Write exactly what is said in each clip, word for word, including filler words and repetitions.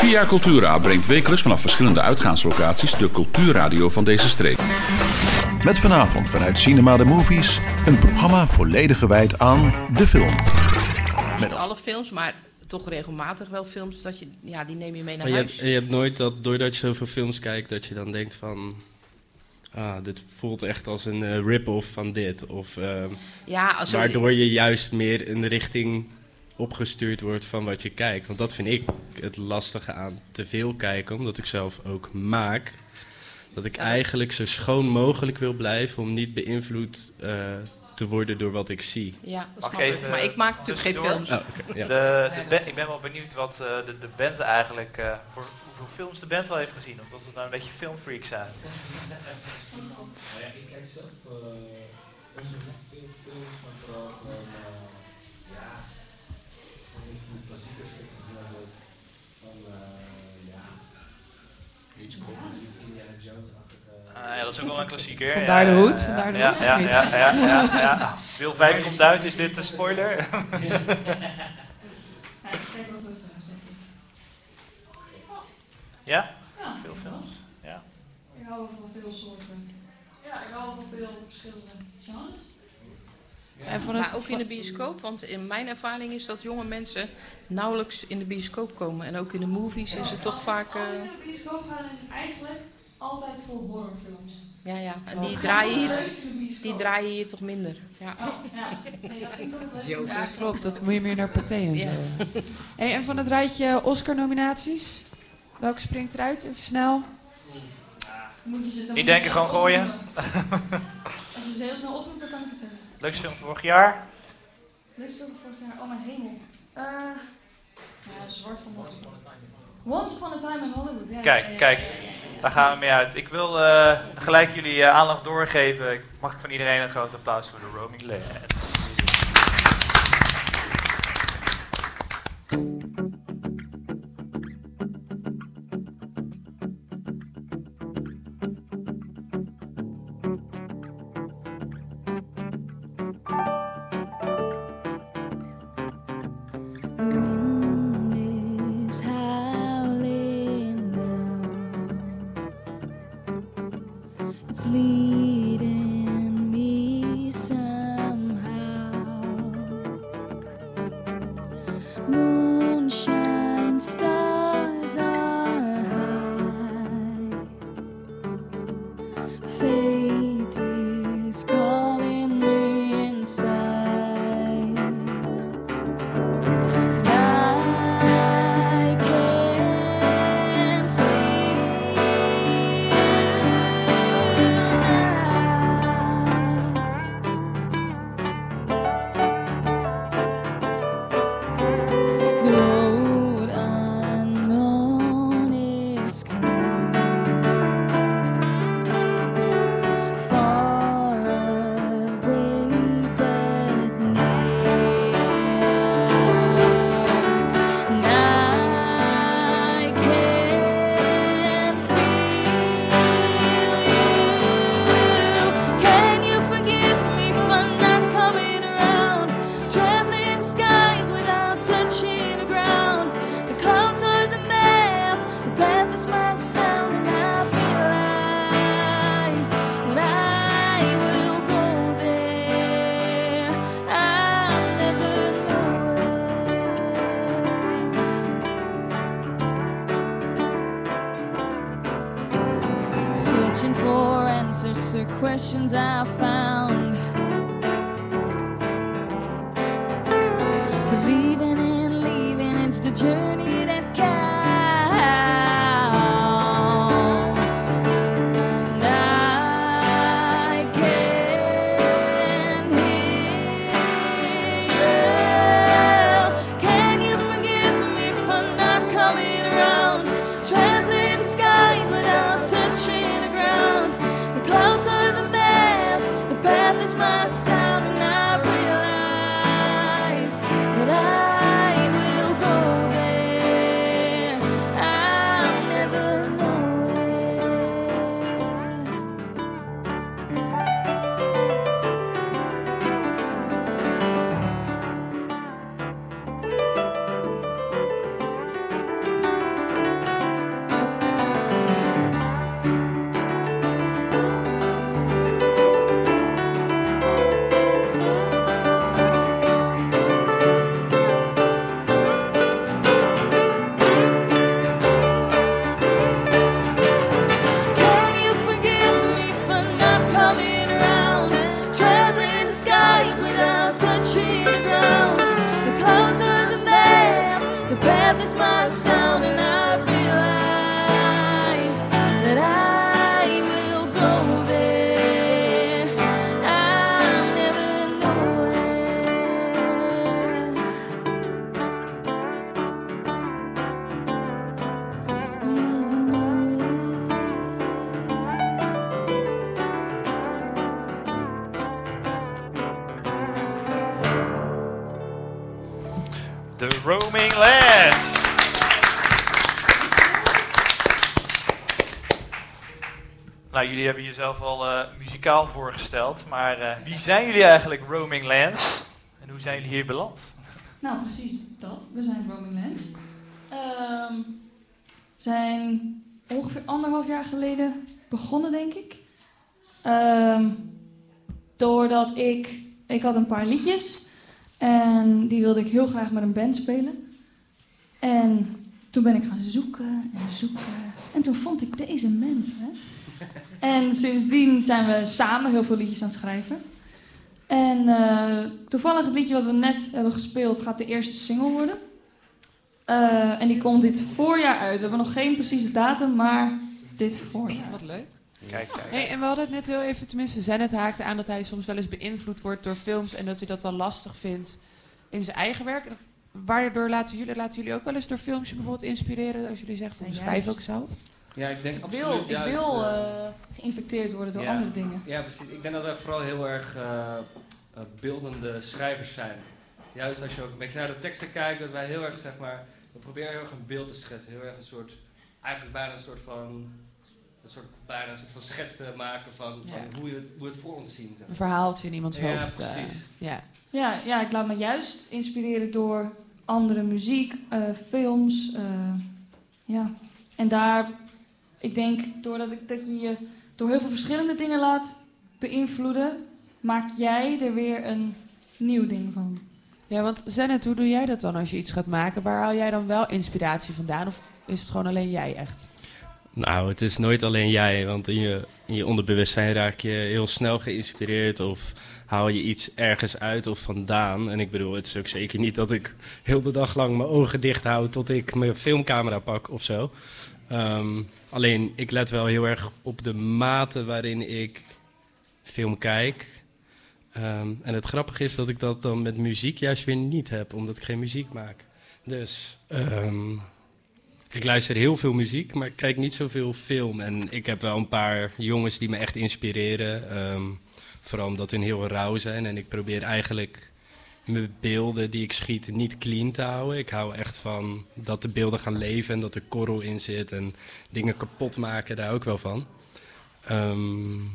Via Cultura brengt wekelijks vanaf verschillende uitgaanslocaties de cultuurradio van deze streek. Met vanavond vanuit Cinema de Movies een programma volledig gewijd aan de film. Niet alle films, maar toch regelmatig wel films dat je, ja, die neem je mee naar maar je huis. hebt, je hebt nooit dat, doordat je zoveel films kijkt, dat je dan denkt van... Ah, dit voelt echt als een uh, rip-off van dit. Of uh, ja, als waardoor je juist meer in de richting opgestuurd wordt van wat je kijkt. Want dat vind ik het lastige aan te veel kijken, omdat ik zelf ook maak. Dat ik ja, eigenlijk zo schoon mogelijk wil blijven om niet beïnvloed uh, te worden door wat ik zie. Ja, dat snap ik. Maar ik maak natuurlijk geen films. Oh, okay, ja. de, de band, ik ben wel benieuwd wat uh, de, de band eigenlijk, uh, voor hoeveel films de band wel heeft gezien. Of dat het nou een beetje filmfreaks zijn. Ja, ik kijk zelf uh, niet veel films, maar vooral gewoon, uh, ja, ik vind klassiekers vind ik heel leuk. Van, uh, ja, Hitchcock, Indiana Jones-achtige. Uh, ja, dat is ook wel een klassieker. Vandaar de hoed, ja, vandaar de ja, hoed, ja, of niet? ja, ja, ja, ja, ja. Wil vijf komt uit, is dit een spoiler? Ja, ik kijk wel veel films, denk ik. Ja? Ja, veel films? Ja. Ik hou wel van veel soorten. Ja, ik hou wel van veel verschillende genres. En van het, maar ook in de bioscoop, want in mijn ervaring is dat jonge mensen nauwelijks in de bioscoop komen. En ook in de movies is het toch vaak... Uh... Als je naar de bioscoop gaat, is het eigenlijk altijd voor horrorfilms. Ja, ja. En Oh, die draaien hier, de die draaien hier toch minder. Ja, oh, ja. Nee, dat vind ik toch leuk. Ja, klopt. Dat moet je meer naar Pathé en zo. Ja. Hey, en van het rijtje Oscar-nominaties, welke springt eruit? Even snel. Moet je ze dan Ik denk er gewoon gooien. Als je ze heel snel opnoemt, dan kan ik het zeggen. Leukste film van vorig jaar? Leukste film van vorig jaar? Oh mijn hemel. Uh, ja, zwart van Once Once Upon a Time in Hollywood. Ja, Kijk, ja, ja, kijk. ja, ja, ja. Daar gaan we mee uit. Ik wil uh, gelijk jullie uh, aandacht doorgeven. Mag ik van iedereen een groot applaus voor de Roaming Lands. Leading me somehow. Moonshine, stars are high. Fate is calling me inside. I can't see the road unknown is clear. Far away but near. And I can feel you. Can you forgive me for not coming around? Traveling skies without touching the ground. The clouds are the map, the path is my sound, and I realize when I will go there, I'll never know it. Searching for answers to questions I found. Believing and leaving, it's the journey that counts. And I can hear you. Can you forgive me for not coming around? Traveling skies without touching the ground. The clouds are the map, the path is my sound, and I realize that I will go there. Nou, jullie hebben jezelf al uh, muzikaal voorgesteld, maar uh, wie zijn jullie eigenlijk, Roaming Lands? En hoe zijn jullie hier beland? Nou, precies dat. We zijn Roaming Lands. Um, zijn ongeveer anderhalf jaar geleden begonnen, denk ik. Um, doordat ik... Ik had een paar liedjes en die wilde ik heel graag met een band spelen. En toen ben ik gaan zoeken en zoeken. En toen vond ik deze mensen. En sindsdien zijn we samen heel veel liedjes aan het schrijven. En uh, toevallig het liedje wat we net hebben gespeeld gaat de eerste single worden. Uh, en die komt dit voorjaar uit. We hebben nog geen precieze datum, maar dit voorjaar. Wat leuk. Kijk, kijk. Hey, en we hadden het net heel even, tenminste, Zennet haakte aan dat hij soms wel eens beïnvloed wordt door films en dat hij dat dan lastig vindt in zijn eigen werk. Waardoor laten jullie, laten jullie ook wel eens door films je bijvoorbeeld inspireren als jullie zeggen van schrijf ook zo? Ja, ik denk ik absoluut wil, juist... Ik wil uh, uh, geïnfecteerd worden door ja, andere dingen. Ja, precies. Ik denk dat er vooral heel erg uh, uh, beeldende schrijvers zijn. Juist als je ook een beetje naar de teksten kijkt, dat wij heel erg, zeg maar, we proberen heel erg een beeld te schetsen. Heel erg een soort, eigenlijk bijna een soort van, een soort, bijna een soort van schets te maken van, van ja. hoe, je het, hoe we het voor ons zien. Zeg. Een verhaaltje in iemands ja, hoofd. Precies. Uh, ja. Ja, ja, ik laat me juist inspireren door andere muziek, uh, films. Uh, ja. En daar, ik denk, doordat ik, dat je je door heel veel verschillende dingen laat beïnvloeden, maak jij er weer een nieuw ding van. Ja, want Zennet, hoe doe jij dat dan als je iets gaat maken? Waar haal jij dan wel inspiratie vandaan? Of is het gewoon alleen jij echt? Nou, het is nooit alleen jij, want in je, in je onderbewustzijn raak je heel snel geïnspireerd of haal je iets ergens uit of vandaan. En ik bedoel, het is ook zeker niet dat ik heel de dag lang mijn ogen dicht hou tot ik mijn filmcamera pak of zo. Um, alleen, ik let wel heel erg op de mate waarin ik film kijk. Um, en het grappige is dat ik dat dan met muziek juist weer niet heb, omdat ik geen muziek maak. Dus... Um, Ik luister heel veel muziek, maar ik kijk niet zoveel film. En ik heb wel een paar jongens die me echt inspireren. Um, vooral omdat hun heel rauw zijn. En ik probeer eigenlijk mijn beelden die ik schiet niet clean te houden. Ik hou echt van dat de beelden gaan leven en dat er korrel in zit. En dingen kapot maken, daar hou ik wel van. Um,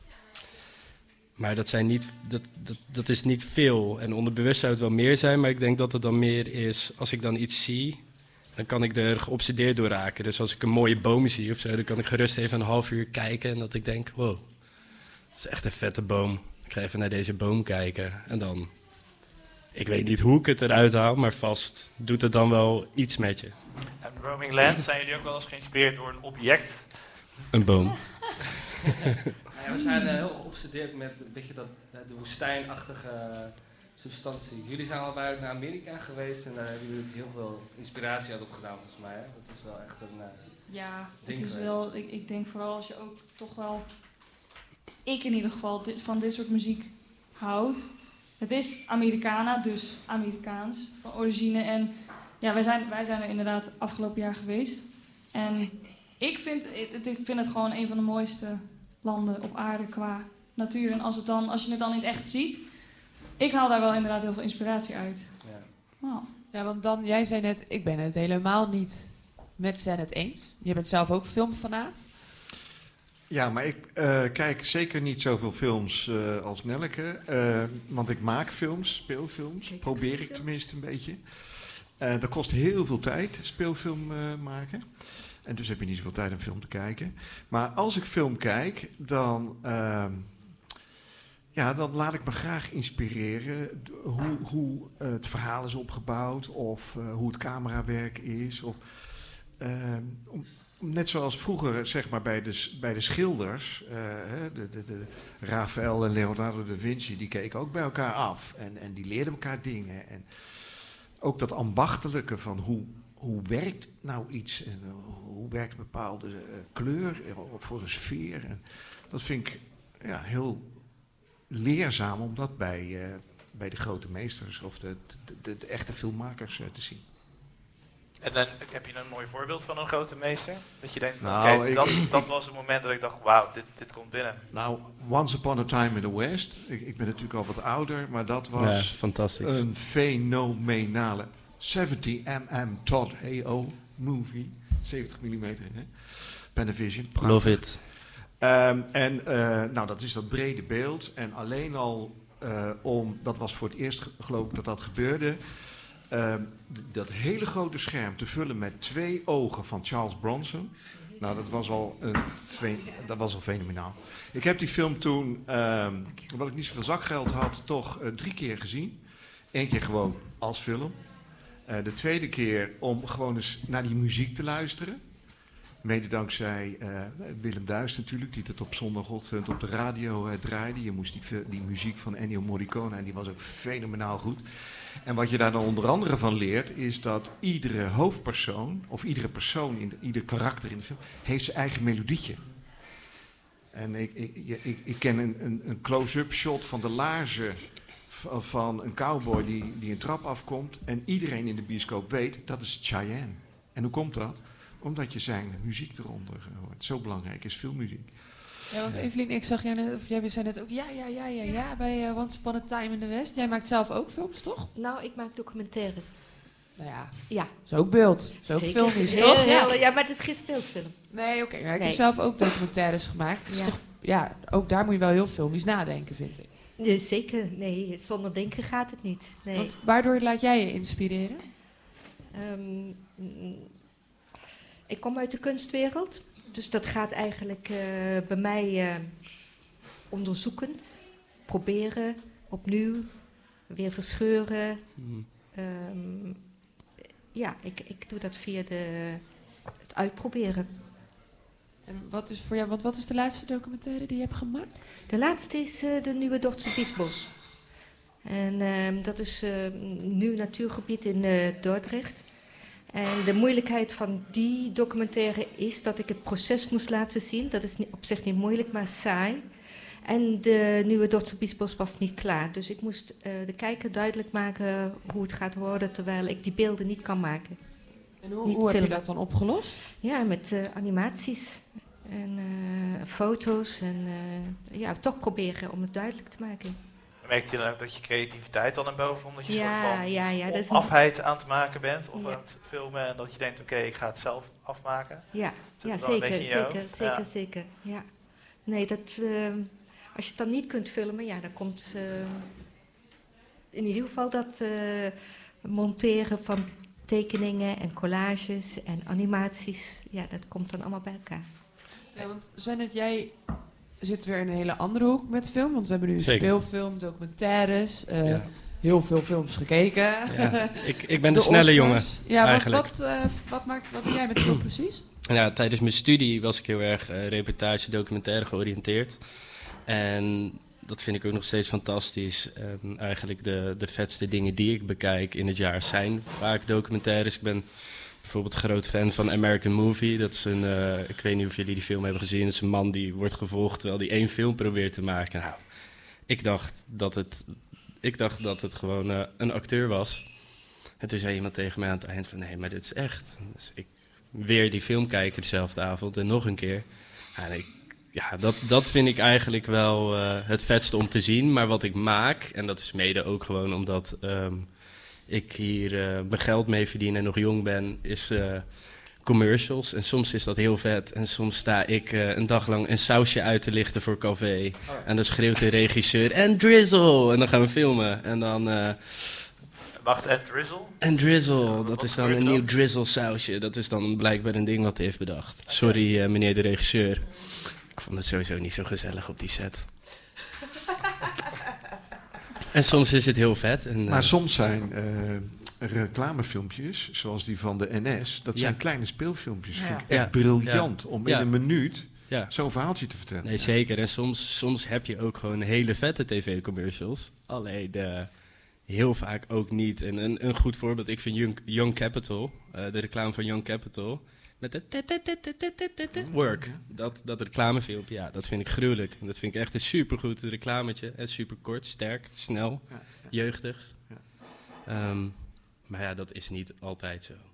maar dat, zijn niet, dat, dat, dat is niet veel. En onderbewust zou het wel meer zijn, maar ik denk dat het dan meer is als ik dan iets zie... Dan kan ik er geobsedeerd door raken. Dus als ik een mooie boom zie of zo, dan kan ik gerust even een half uur kijken. En dat ik denk, wow, dat is echt een vette boom. Ik ga even naar deze boom kijken. En dan, ik weet niet hoe ik het eruit haal, maar vast doet het dan wel iets met je. En Roaming Lands, zijn jullie ook wel eens geïnspireerd door een object? Een boom. Ja, we zijn uh, heel geobsedeerd met een beetje dat, uh, de woestijnachtige... Uh, substantie. Jullie zijn al bij naar Amerika geweest en daar hebben jullie heel veel inspiratie uit opgedaan volgens mij. Hè? Dat is wel echt een uh, ja, ding het is geweest. wel, ik, ik denk vooral als je ook toch wel, ik in ieder geval, dit, van dit soort muziek houdt. Het is Americana, dus Amerikaans van origine. En ja, wij zijn, wij zijn er inderdaad afgelopen jaar geweest. En ik vind, het, ik vind het gewoon een van de mooiste landen op aarde qua natuur. En als, het dan, als je het dan in het echt ziet... Ik haal daar wel inderdaad heel veel inspiratie uit. Ja, wow. Ja, want dan, jij zei net, ik ben het helemaal niet met Zennet eens. Je bent zelf ook filmfanaat. Ja, maar ik uh, kijk zeker niet zoveel films uh, als Nelleke. Uh, want ik maak films, speelfilms. Kijk, Probeer ik tenminste een beetje. Uh, dat kost heel veel tijd, speelfilm uh, maken. En dus heb je niet zoveel tijd om film te kijken. Maar als ik film kijk, dan... Uh, Ja, dan laat ik me graag inspireren hoe, hoe uh, het verhaal is opgebouwd of uh, hoe het camerawerk is. Of, uh, om, net zoals vroeger zeg maar, bij, de, bij de schilders, uh, de, de, de Raphaël en Leonardo da Vinci, die keken ook bij elkaar af en, en die leerden elkaar dingen. En ook dat ambachtelijke van hoe, hoe werkt nou iets en uh, hoe werkt een bepaalde uh, kleur uh, voor een sfeer. En dat vind ik ja, heel... leerzaam om dat bij, uh, bij de grote meesters of de, de, de, de echte filmmakers uh, te zien. En dan heb je een mooi voorbeeld van een grote meester? Dat je denkt van, nou, oké, okay, dat, dat was het moment dat ik dacht, wauw, dit, dit komt binnen. Nou, Once Upon a Time in the West. Ik, ik ben natuurlijk al wat ouder, maar dat was ja, fantastisch. Een fenomenale zeventig millimeter Todd H O movie. zeventig millimeter, hè? Panavision. Prachtig. Love it. Um, en uh, nou, dat is dat brede beeld. En alleen al uh, om, dat was voor het eerst geloof ik dat dat gebeurde, uh, dat hele grote scherm te vullen met twee ogen van Charles Bronson. Nou, dat was al, een, dat was al fenomenaal. Ik heb die film toen, uh, omdat ik niet zoveel zakgeld had, toch uh, drie keer gezien. Eén keer gewoon als film. Uh, de tweede keer om gewoon eens naar die muziek te luisteren. Mede dankzij uh, Willem Duis natuurlijk, die het op zondagochtend op de radio uh, draaide. Je moest die, die muziek van Ennio Morricone, en die was ook fenomenaal goed. En wat je daar dan onder andere van leert, is dat iedere hoofdpersoon, of iedere persoon, in de, ieder karakter in de film, heeft zijn eigen melodietje. En ik, ik, ik, ik ken een, een, een close-up shot van de laarzen van een cowboy die, die een trap afkomt. En iedereen in de bioscoop weet, dat is Cheyenne. En hoe komt dat? Omdat je zijn muziek eronder hoort. Zo belangrijk is filmmuziek. Ja, want Evelien, ik zag jij net, of jij zei net ook ja, ja, ja, ja, ja, bij uh, Once Upon a Time in the West. Jij maakt zelf ook films, toch? Nou, ik maak documentaires. Nou ja, ja. Dat is ook beeld. Dat is ook Zeker. filmisch, Heel, toch? Heel, ja. ja, maar het is geen speelfilm. Nee, oké. Okay, maar ik nee. heb zelf ook documentaires gemaakt. Dus ja. toch, ja, ook daar moet je wel heel filmisch nadenken, vind ik. Nee, zeker. Nee, zonder denken gaat het niet. Nee. Want waardoor laat jij je inspireren? Um, ik kom uit de kunstwereld. Dus dat gaat eigenlijk uh, bij mij uh, onderzoekend. Proberen, opnieuw, weer verscheuren. Mm. Um, ja, ik, ik doe dat via de, het uitproberen. En wat is voor jou, want wat is de laatste documentaire die je hebt gemaakt? De laatste is uh, de Nieuwe Dordtse Biesbos. En uh, dat is uh, nu natuurgebied in uh, Dordrecht. En de moeilijkheid van die documentaire is dat ik het proces moest laten zien. Dat is niet, op zich niet moeilijk, maar saai. En de Nieuwe Dordtse Biesbos was niet klaar. Dus ik moest uh, de kijker duidelijk maken hoe het gaat worden, terwijl ik die beelden niet kan maken. En hoe, hoe heb je dat dan opgelost? Ja, met uh, animaties en uh, foto's. En uh, ja, toch proberen om het duidelijk te maken. Merkt je dan dat je creativiteit dan naar boven komt? Dat je ja, een soort van ja, ja, dat is afheid aan het maken bent of ja. aan het filmen en dat je denkt, oké, okay, ik ga het zelf afmaken? Ja, ja zeker, zeker, zeker, ja. zeker. Ja. Nee, dat, uh, als je het dan niet kunt filmen, ja, dan komt uh, in ieder geval dat uh, monteren van tekeningen en collages en animaties, ja, dat komt dan allemaal bij elkaar. Ja, want Zennet, jij zit weer in een hele andere hoek met film, want we hebben nu een Zeker. speelfilm, documentaires, uh, ja. heel veel films gekeken. Ja, ik, ik ben de, de snelle Oscars. jongen, ja, eigenlijk. Wat, wat, uh, wat, maakt, wat doe jij met film precies? Ja, tijdens mijn studie was ik heel erg uh, reportage, documentaire georiënteerd. En dat vind ik ook nog steeds fantastisch. Um, eigenlijk de, de vetste dingen die ik bekijk in het jaar zijn vaak documentaires. Ik ben bijvoorbeeld groot fan van American Movie. Dat is een, uh, ik weet niet of jullie die film hebben gezien. Dat is een man die wordt gevolgd terwijl hij één film probeert te maken. Nou, ik dacht dat het, ik dacht dat het gewoon uh, een acteur was. En toen zei iemand tegen mij aan het eind van, nee, maar dit is echt. Dus ik weer die film kijken dezelfde avond en nog een keer. En ik, ja, dat, dat vind ik eigenlijk wel uh, het vetste om te zien. Maar wat ik maak, en dat is mede ook gewoon omdat um, ik hier uh, mijn geld mee verdien en nog jong ben, is uh, commercials. En soms is dat heel vet. En soms sta ik uh, een dag lang een sausje uit te lichten voor Café. Oh ja. En dan schreeuwt de regisseur, en drizzle! En dan gaan we filmen. En dan... Uh, Wacht, en drizzle? En drizzle, dat is dan een nieuw drizzle sausje. Dat is dan blijkbaar een ding wat hij heeft bedacht. Sorry, uh, meneer de regisseur. Ik vond het sowieso niet zo gezellig op die set. En soms is het heel vet. En, uh, maar soms zijn uh, reclamefilmpjes, zoals die van de N S, dat zijn ja. kleine speelfilmpjes. Ja. Vind ik echt ja. briljant ja. om in ja. een minuut ja. zo'n verhaaltje te vertellen. Nee, zeker. En soms, soms heb je ook gewoon hele vette tv-commercials. Alleen uh, heel vaak ook niet. En een, een goed voorbeeld, ik vind Young, Young Capital, uh, de reclame van Young Capital, met de work. Dat, dat reclamefilmpje, ja, dat vind ik gruwelijk. En dat vind ik echt een supergoed reclametje. En super kort, sterk, snel, ja, ja. jeugdig. Ja. Um, maar ja, dat is niet altijd zo.